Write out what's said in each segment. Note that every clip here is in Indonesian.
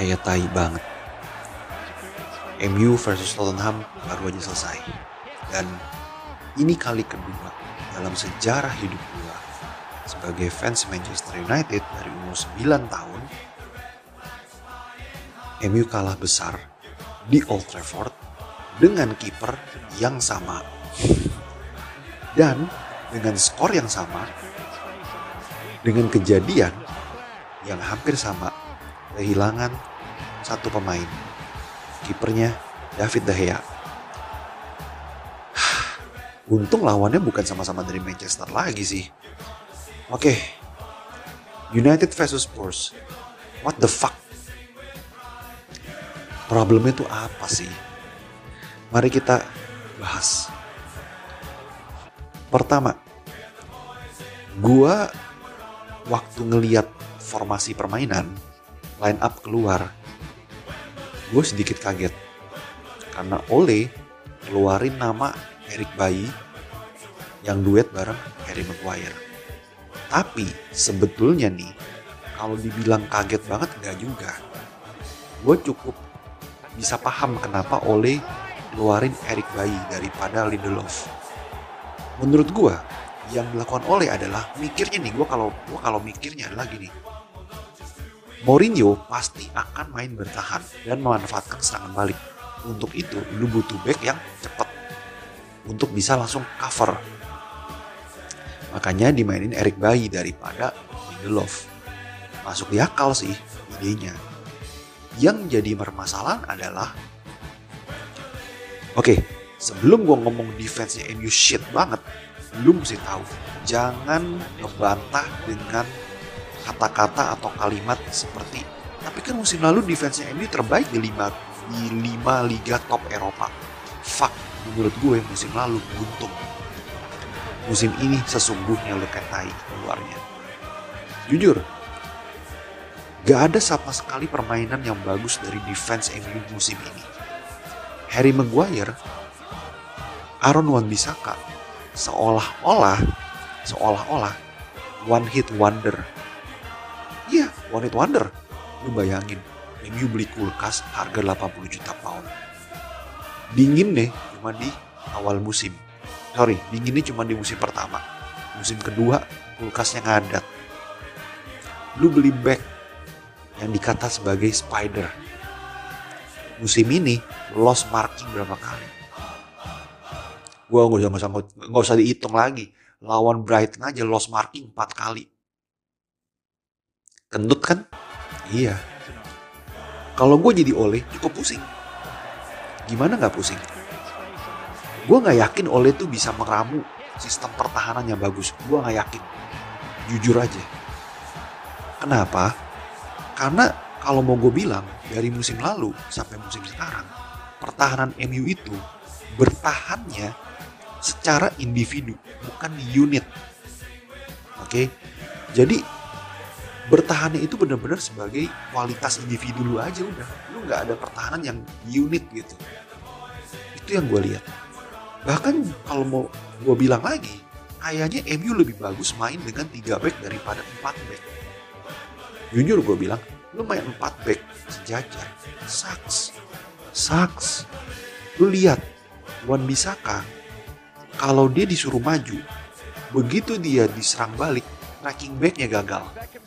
Kayak tai banget. MU versus Tottenham baru aja selesai. Dan ini kali kedua dalam sejarah hidup gua sebagai fans Manchester United dari umur 9 tahun, MU kalah besar di Old Trafford dengan kiper yang sama. Dan dengan skor yang sama, dengan kejadian yang hampir sama, kehilangan satu pemain, kipernya David De Gea. Untung lawannya bukan sama-sama dari Manchester lagi sih. Oke, United versus Spurs. What the fuck? Problemnya tuh apa sih? Mari kita bahas. Pertama, gua waktu ngeliat formasi permainan, line up keluar, gue sedikit kaget. Karena Ole keluarin nama Eric Bailly yang duet bareng Harry Maguire. Tapi sebetulnya nih, kalau dibilang kaget banget enggak juga. Gue cukup bisa paham kenapa Ole keluarin Eric Bailly daripada Lindelof. Menurut gue, yang dilakukan Ole adalah mikirnya nih, gue kalau mikirnya adalah gini. Mourinho pasti akan main bertahan dan memanfaatkan serangan balik. Untuk itu, lu butuh back yang cepat untuk bisa langsung cover. Makanya dimainin Eric Bailly daripada Lindelof. Masuk di akal sih idenya. Yang jadi permasalahan adalah, oke, sebelum gue ngomong defense-nya MU shit banget, lu mesti tahu, jangan ngebantah dengan kata-kata atau kalimat seperti, tapi kan musim lalu defense-nya MU terbaik di 5 liga top Eropa. Fuck, menurut gue musim lalu buntung. Musim ini sesungguhnya lu kayak tai keluarnya. Jujur, gak ada sama sekali permainan yang bagus dari defense MU musim ini. Harry Maguire, Aaron Wan-Bissaka seolah-olah one hit wonder. Iya, one hit wonder. Lu bayangin, MU beli kulkas harga 80 juta pound. Dingin deh cuma di awal musim. Dinginnya cuma di musim pertama. Musim kedua kulkasnya ngadat. Lu beli back yang dikata sebagai spider. Musim ini lost marking berapa kali? Gua nggak usah dihitung lagi. Lawan Brighton aja lost marking 4 kali. Kentut kan? Iya. Kalau gue jadi Ole cukup pusing. Gimana gak pusing? Gue gak yakin Ole tuh bisa meramu sistem pertahanan yang bagus. Gue gak yakin. Jujur aja. Kenapa? Karena kalau mau gue bilang, dari musim lalu sampai musim sekarang, pertahanan MU itu bertahannya secara individu, bukan unit. Oke? Jadi bertahannya itu benar-benar sebagai kualitas individu lu aja udah. Lu gak ada pertahanan yang unit gitu. Itu yang gue lihat. Bahkan kalau mau gue bilang lagi, kayaknya MU lebih bagus main dengan 3 back daripada 4 back. Jujur gue bilang, lu main 4 back sejajar. Sucks. Lu lihat, Wan-Bissaka, kalau dia disuruh maju, begitu dia diserang balik, tracking backnya gagal.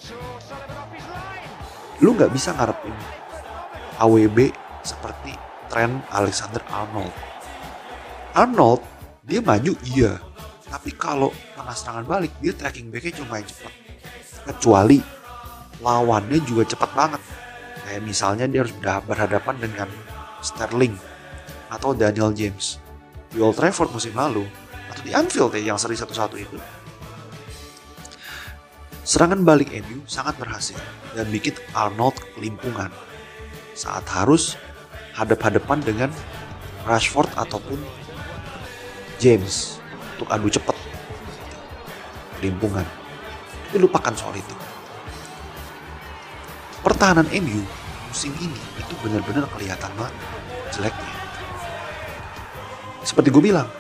Lu gak bisa ngarepin AWB seperti Trent Alexander-Arnold. Arnold, dia maju iya, tapi kalau kena serangan balik, dia tracking backnya cuma yang cepat. Kecuali lawannya juga cepat banget. Kayak misalnya dia harus berhadapan dengan Sterling atau Daniel James di Old Trafford musim lalu, atau di Anfield yang seri 1-1 itu. Serangan balik MU sangat berhasil dan bikin Arnold kelimpungan saat harus hadap-hadapan dengan Rashford ataupun James untuk adu cepat. Kelimpungan. Tapi lupakan soal itu. Pertahanan MU musim ini itu benar-benar kelihatan banget jeleknya. Seperti gue bilang,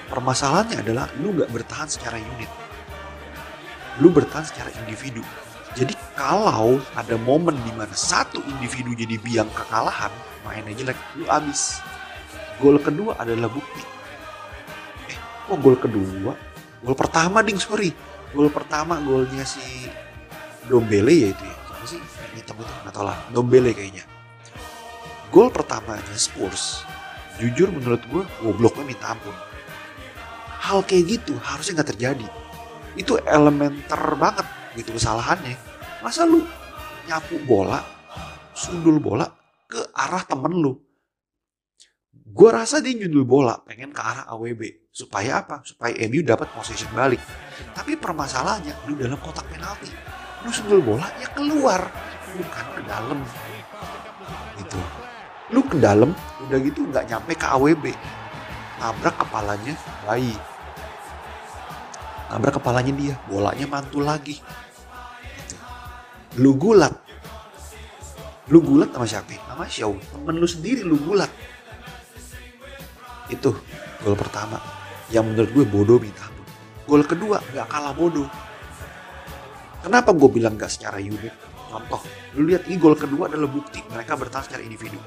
permasalahannya adalah lu gak bertahan secara unit. Lu bertahan secara individu. Jadi kalau ada momen di mana satu individu jadi biang kekalahan, mainnya jelek, lu abis. Gol kedua adalah bukti. Kok gol kedua? Gol pertama sorry. Gol pertama golnya si Dombele ya itu ya. Siapa sih? Hitam itu nggak tahu lah. Dombele kayaknya. Gol pertamanya Spurs, jujur menurut gue gobloknya minta ampun. Hal kayak gitu harusnya nggak terjadi. Itu elementer banget gitu kesalahannya. Masa lu nyapu bola, sundul bola ke arah temen lu? Gue rasa dia nyundul bola pengen ke arah AWB. Supaya apa? Supaya MU dapat possession balik. Tapi permasalahannya lu dalam kotak penalti. Lu sundul bola ya keluar, bukan ke dalam. Gitu. Lu ke dalam, udah gitu nggak nyampe ke AWB. Nabrak kepalanya Bayi. Nabrak kepalanya dia, bolanya mantul lagi. Gitu. Lu gulat sama siapa? Sama Shaw. Temen lu sendiri lu gulat. Itu gol pertama yang menurut gue bodoh minta ampun. Gol kedua gak kalah bodoh. Kenapa gue bilang gak secara unit? Contoh, lu lihat ini gol kedua adalah bukti mereka bertahan secara individu.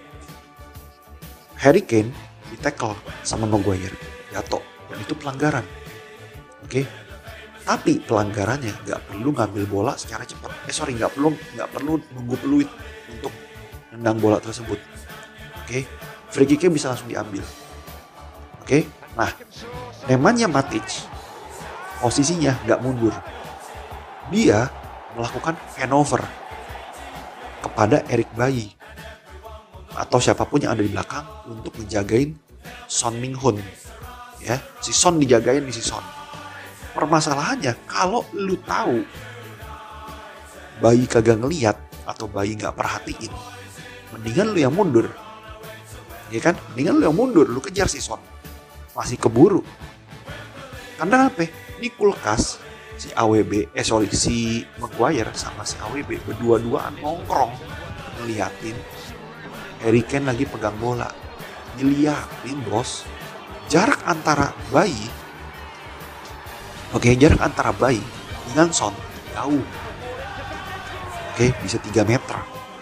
Harry Kane di-tackle sama Maguire, jatuh, dan itu pelanggaran. Oke? Tapi pelanggarannya gak perlu ngambil bola secara cepat. Gak perlu nunggu peluit untuk nendang bola tersebut. Oke? Free kick-nya bisa langsung diambil. Oke? Nah, Nemanja Matic posisinya gak mundur. Dia melakukan handover kepada Eric Bailly atau siapapun yang ada di belakang untuk menjagain Son Min-hoon. Ya, si Son dijagain di si Son. Permasalahannya kalau lu tahu Bailly kagak ngelihat atau Bailly nggak perhatiin, mendingan lu yang mundur. Ya kan? Mendingan lu yang mundur, lu kejar si Son. Masih keburu. Karena apa? Ini kulkas si Maguire sama si AWB berdua-duaan nongkrong ngeliatin Harry Kane lagi pegang bola. Diliatin bos. Jarak antara Bailly dengan Son jauh. Oke, bisa 3 meter.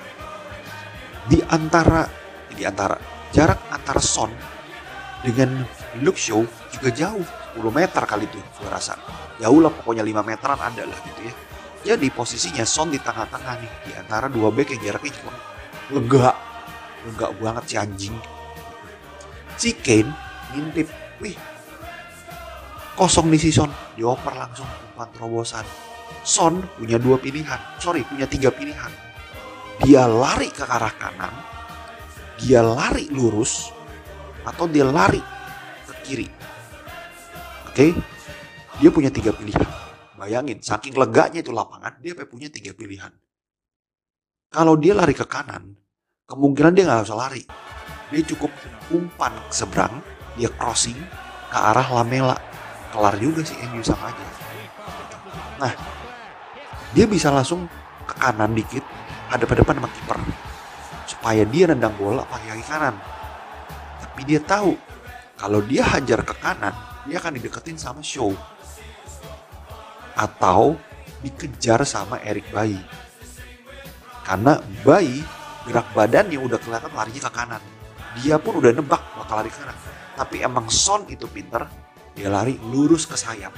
Jarak antara Son dengan Luke Shaw juga jauh. 10 meter kali itu gue rasa. Jauh lah, pokoknya 5 meteran ada lah gitu ya. Jadi posisinya Son di tengah-tengah nih, di antara dua back yang jaraknya cuma lega banget si anjing. Si Kane ngintip, wih kosong nih si Son, dioper langsung umpan terobosan. Son punya 3 pilihan. Dia lari ke arah kanan, dia lari lurus, atau dia lari ke kiri. Oke? Dia punya 3 pilihan. Bayangin, saking leganya itu lapangan, dia punya 3 pilihan. Kalau dia lari ke kanan, kemungkinan dia nggak usah lari. Dia cukup umpan ke seberang, dia crossing ke arah Lamela. Kelar juga sih MU sama aja. Nah, dia bisa langsung ke kanan dikit, hadap-hadapan sama kiper. Supaya dia nendang bola pakai kaki kanan. Tapi dia tahu, kalau dia hajar ke kanan, dia akan dideketin sama Shaw. Atau dikejar sama Eric Bailly. Karena Bailly gerak badannya udah kelihatan larinya ke kanan. Dia pun udah nebak bakal lari ke kanan. Tapi emang Son itu pinter, dia lari lurus ke sayap.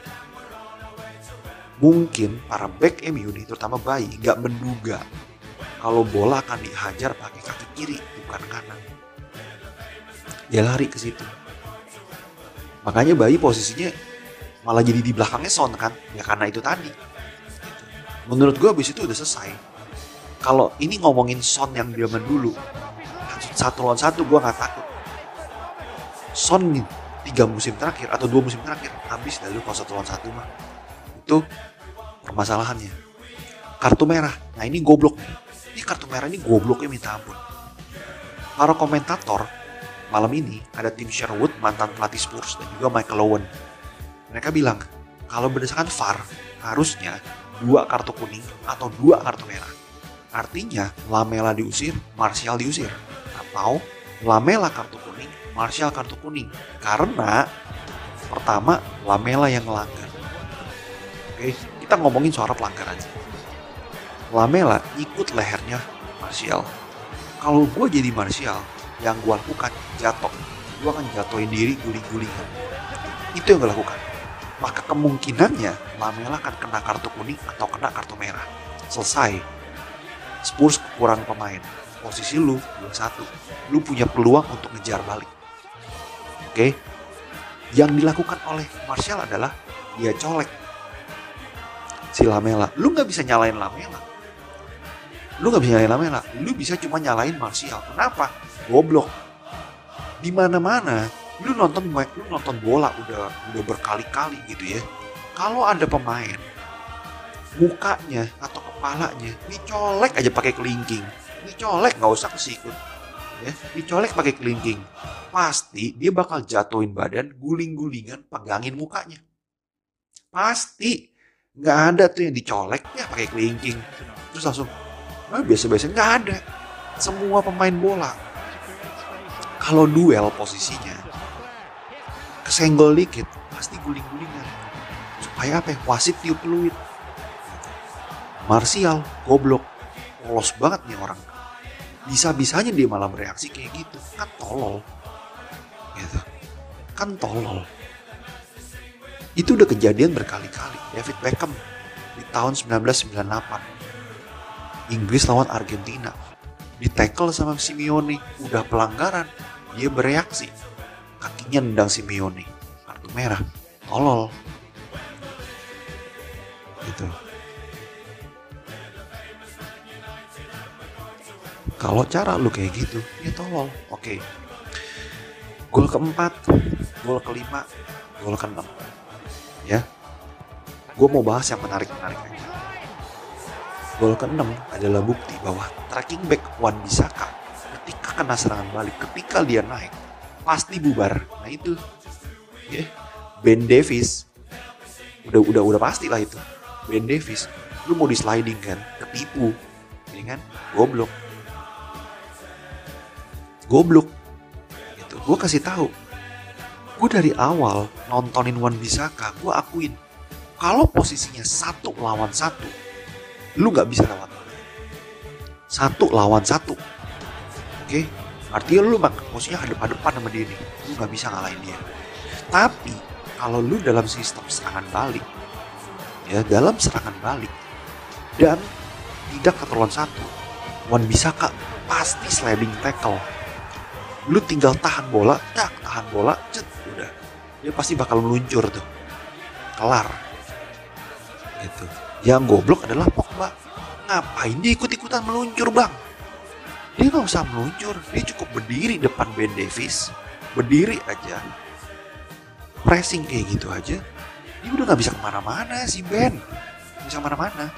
Mungkin para back MU nih, terutama Bailly, gak menduga kalau bola akan dihajar pakai kaki kiri, bukan kanan. Dia lari ke situ. Makanya Bailly posisinya malah jadi di belakangnya Son kan, ya karena itu tadi. Menurut gue abis itu udah selesai. Kalau ini ngomongin Son yang zaman dulu, 1 lawan 1 gue gak takut. Son 3 musim terakhir atau 2 musim terakhir habis dari kalau 1 lawan 1 mah. Itu permasalahannya. Kartu merah. Nah ini goblok nih. Ini kartu merah ini gobloknya minta ampun. Para komentator malam ini ada Tim Sherwood, mantan pelatih Spurs, dan juga Michael Owen. Mereka bilang kalau berdasarkan VAR harusnya 2 kartu kuning atau 2 kartu merah. Artinya Lamela diusir, Martial diusir. Atau Lamela kartu kuning, Martial kartu kuning. Karena pertama Lamela yang melanggar. Oke, kita ngomongin soal pelanggaran. Lamela ikut lehernya Martial. Kalau gue jadi Martial, yang gue lakukan jatuh. Gue akan jatuhin diri guling-gulingan. Itu yang gue lakukan. Maka kemungkinannya Lamela akan kena kartu kuning atau kena kartu merah. Selesai. Spurs kurang pemain. Posisi lu 2-1. Lu punya peluang untuk ngejar balik. Oke? Yang dilakukan oleh Martial adalah dia colek si Lamela. Lu gak bisa nyalain Lamela. Lu bisa cuma nyalain Martial. Kenapa? Goblok. Di mana-mana lu nonton bola udah berkali-kali gitu ya. Kalau ada pemain mukanya atau kepalanya dicolek aja pakai kelingking. Dicolek nggak usah kesikut. Ya, dicolek pakai kelingking. Pasti dia bakal jatuhin badan, guling-gulingan, pegangin mukanya. Pasti. Nggak ada tuh yang dicolek ya pakai kelingking. Terus langsung biasa-biasa nggak ada. Semua pemain bola kalau duel posisinya kesenggol dikit pasti guling-gulingan. Supaya apa? Wasit tiup peluit. Martial goblok, polos banget nih orang. Bisa-bisanya dia malah bereaksi kayak gitu. Kan tolol. Gitu. Kan tolol. Itu udah kejadian berkali-kali. David Beckham di tahun 1998. Inggris lawan Argentina. Di-tackle sama Simeone. Udah pelanggaran. Dia bereaksi. Kakinya nendang Simeone. Kartu merah. Tolol. Gitu. Kalau cara lu kayak gitu, ya tolol. Oke. Gol keempat, gol kelima, gol keenam. Ya. Gue mau bahas yang menarik-menarik aja. Gol keenam adalah bukti bahwa tracking back Wan-Bissaka ketika kena serangan balik, ketika dia naik, pasti bubar. Nah itu, ya. Ben Davies, udah pasti lah itu. Ben Davies, lu mau di sliding kan, ketipu, ya kan, goblok. Gitu. Gue kasih tahu, gue dari awal nontonin Wan-Bissaka, gue akuin kalau posisinya 1 lawan 1, lu nggak bisa lewat. 1 lawan 1, oke? Artinya lu posisinya hadap-hadapan sama dia nih, lu nggak bisa ngalahin dia. Tapi kalau lu dalam sistem serangan balik, ya dalam serangan balik dan tidak 1 lawan 1, Wan-Bissaka pasti sliding tackle. Lu tinggal tahan bola, cet, udah. Dia pasti bakal meluncur tuh. Kelar. Gitu. Yang goblok adalah Pogba. Ngapain dia ikut-ikutan meluncur, Bang? Dia gak usah meluncur. Dia cukup berdiri depan Ben Davies. Berdiri aja. Pressing kayak gitu aja. Dia udah gak bisa kemana-mana si Ben. Gak bisa kemana-mana.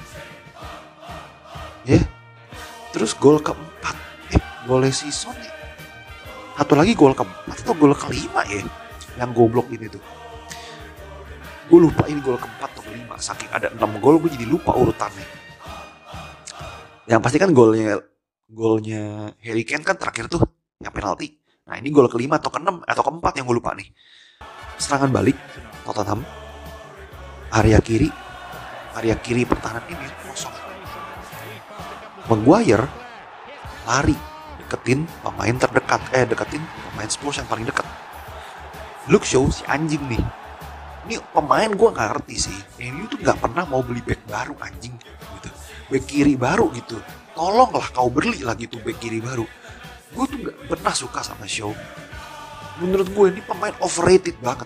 Ya. Terus gol keempat. Golnya si Son ya. Satu lagi gol keempat atau gol kelima ya, yang goblok ini tuh. Gue lupa ini gol keempat atau kelima. Saking ada 6 gol gue jadi lupa urutannya. Yang pasti kan golnya Harry Kane kan terakhir tuh, yang penalti. Nah ini gol kelima atau keenam atau keempat yang gue lupa nih. Serangan balik Tottenham, area kiri pertahanan ini kosong. Maguire lari deketin pemain terdekat, deketin pemain Spurs yang paling dekat. Luke Shaw si anjing nih. Ini pemain gue nggak ngerti sih. MU tuh nggak pernah mau beli back baru anjing, gitu. Back kiri baru gitu. Tolonglah kau beli lagi tuh back kiri baru. Gue tuh nggak pernah suka sama Shaw. Menurut gue ini pemain overrated banget.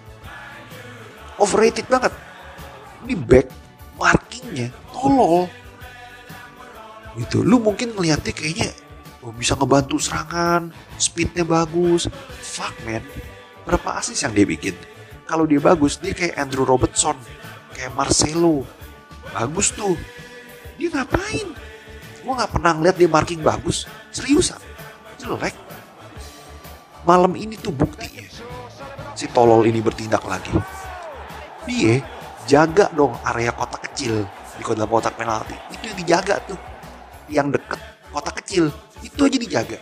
Ini back markingnya tolol. Gitu. Lu mungkin ngeliatnya kayaknya bisa ngebantu serangan, speednya bagus. Fuck man, berapa asis yang dia bikin? Kalau dia bagus, dia kayak Andrew Robertson, kayak Marcelo, bagus tuh. Dia ngapain? Gue nggak pernah ngeliat dia marking bagus, seriusan, jelek. Malam ini tuh buktinya, si tolol ini bertindak lagi. Dia jaga dong area kotak kecil di dalam kotak penalti. Itu yang dijaga tuh, yang deket kotak kecil. Itu aja dijaga.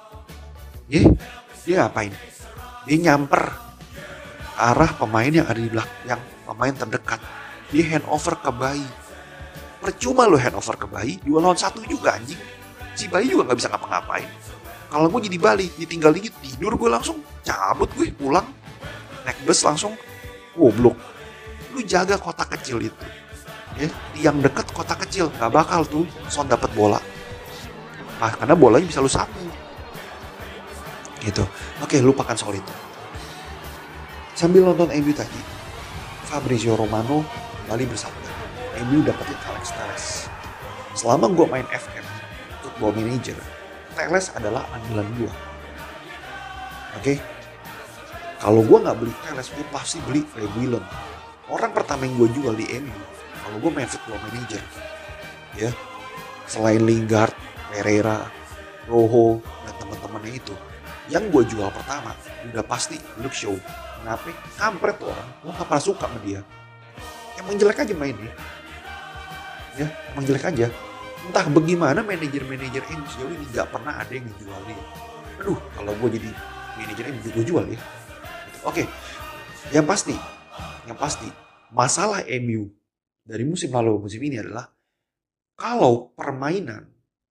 Dia ngapain? Dia nyamper arah pemain yang ada di belakang, yang pemain terdekat. Dia hand over ke Bayi. Percuma lo handover ke Bayi, 2 lawan 1 juga anjing. Si Bayi juga gak bisa ngapa-ngapain. Kalau gue jadi Bali, ditinggal dikit, tidur gue langsung, cabut gue pulang. Naik bus langsung, goblok. Lu jaga kota kecil itu. Ya, yang deket kota kecil, gak bakal tuh Son dapat bola. Nah, karena bolanya bisa lu sapu. Gitu. Oke, lupakan soal itu. Sambil nonton MU tadi, Fabrizio Romano kembali bersabda, MU dapetin Alex Telles. Selama gue main FM, Football Manager, Telles adalah andalan gue. Oke? Kalau gue gak beli Telles, gue pasti beli Reguilon. Orang pertama yang gue jual di MU, kalau gue main Football Manager. Ya, selain Lingard, Pereira, Rojo, dan teman-temannya itu, yang gue jual pertama udah pasti Luke Shaw. Kenapa? Kampret tuh orang, gue gak pernah suka sama dia. Emang jelek aja mainnya. Ya, emang jelek aja. Entah bagaimana manajer-manajer MU sejauh ini gak pernah ada yang ngejual dia. Aduh, kalau gue jadi manajer MU gue jual ya. Oke, yang pasti masalah MU dari musim lalu musim ini adalah kalau permainan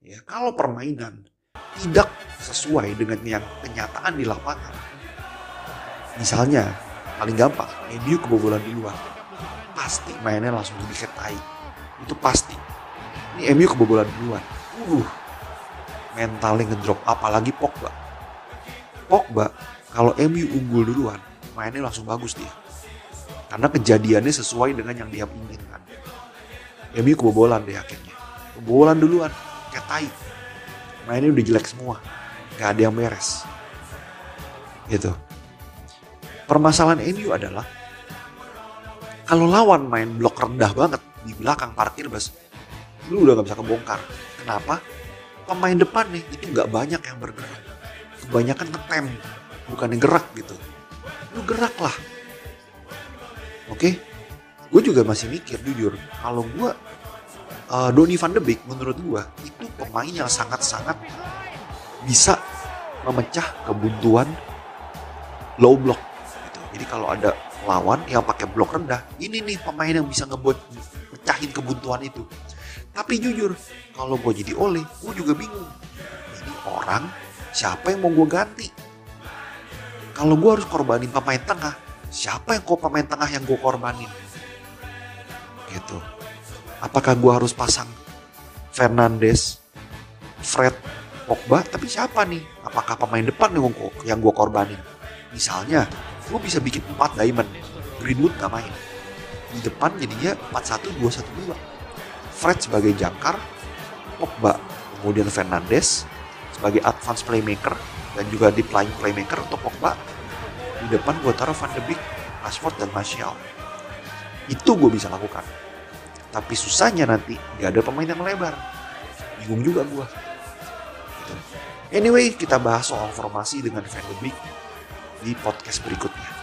tidak sesuai dengan yang kenyataan di lapangan. Misalnya, paling gampang, MU kebobolan duluan. Pasti mainnya langsung jadi kayak tai. Itu pasti. Ini MU kebobolan duluan. Mentalnya ngedrop. Apalagi Pogba. Kalau MU unggul duluan, mainnya langsung bagus dia. Karena kejadiannya sesuai dengan yang dia inginkan. MU kebobolan deh akhirnya. Kebobolan duluan. Kayak tai. Mainnya udah jelek semua. Gak ada yang beres. Gitu. Permasalahan MU adalah kalau lawan main blok rendah banget di belakang parkir bus, lu udah gak bisa kebongkar. Kenapa? Pemain depan nih itu gak banyak yang bergerak. Kebanyakan ngetem, bukannya gerak gitu. Lu gerak lah. Oke? Gue juga masih mikir jujur, kalau gue Donny van de Beek menurut gue itu pemain yang sangat-sangat bisa memecah kebuntuan low block gitu. Jadi kalau ada lawan yang pakai blok rendah, ini nih pemain yang bisa ngebuat pecahin kebuntuan itu. Tapi jujur, kalau gue jadi Ole, gue juga bingung. Ini orang siapa yang mau gue ganti? Kalau gue harus korbanin pemain tengah, siapa yang pemain tengah yang gue korbanin? Gitu. Apakah gue harus pasang Fernandes, Fred, Pogba? Tapi siapa nih? Apakah pemain depan yang gue korbanin? Misalnya, gue bisa bikin 4 diamond. Greenwood gak main. Di depan jadinya 4-1-2-1-2. Fred sebagai jangkar, Pogba, kemudian Fernandes sebagai advance playmaker dan juga deep lying playmaker untuk Pogba. Di depan gue taruh Van de Beek, Rashford, dan Martial. Itu gue bisa lakukan. Tapi susahnya nanti gak ada pemain yang lebar. Bingung juga gue. Gitu. Anyway, kita bahas soal formasi dengan Van de Beek di podcast berikutnya.